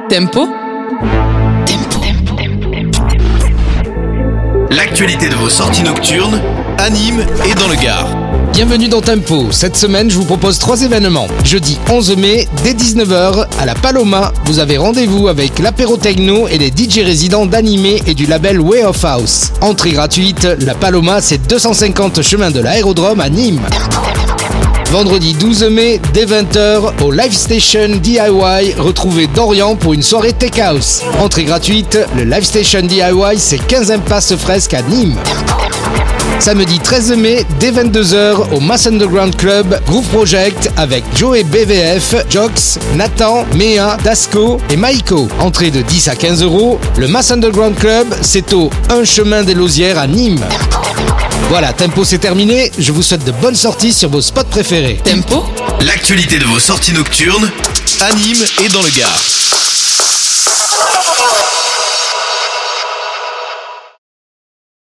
Tempo. L'actualité de vos sorties nocturnes, à Nîmes et dans le Gard. Bienvenue dans Tempo. Cette semaine, je vous propose 3 événements. Jeudi 11 mai, dès 19h, à la Paloma, vous avez rendez-vous avec l'apéro techno et les DJ résidents d'Animé et du label Way of House. Entrée gratuite, la Paloma, c'est 250 chemin de l'Aérodrome à Nîmes. Vendredi 12 mai, dès 20h, au Live Station DIY, retrouvez Dorian pour une soirée Tech House. Entrée gratuite, le Live Station DIY, c'est 15 impasse Fresque à Nîmes. Samedi 13 mai, dès 22h, au Mass Underground Club, Groove Project avec Joey BVF, Jox, Nathan, Mea, Dasco et Maiko. Entrée de 10 à 15 €. Le Mass Underground Club, c'est au 1 chemin des Lausières à Nîmes. Voilà, Tempo c'est terminé. Je vous souhaite de bonnes sorties sur vos spots préférés. Tempo. L'actualité de vos sorties nocturnes, à Nîmes et dans le Gard.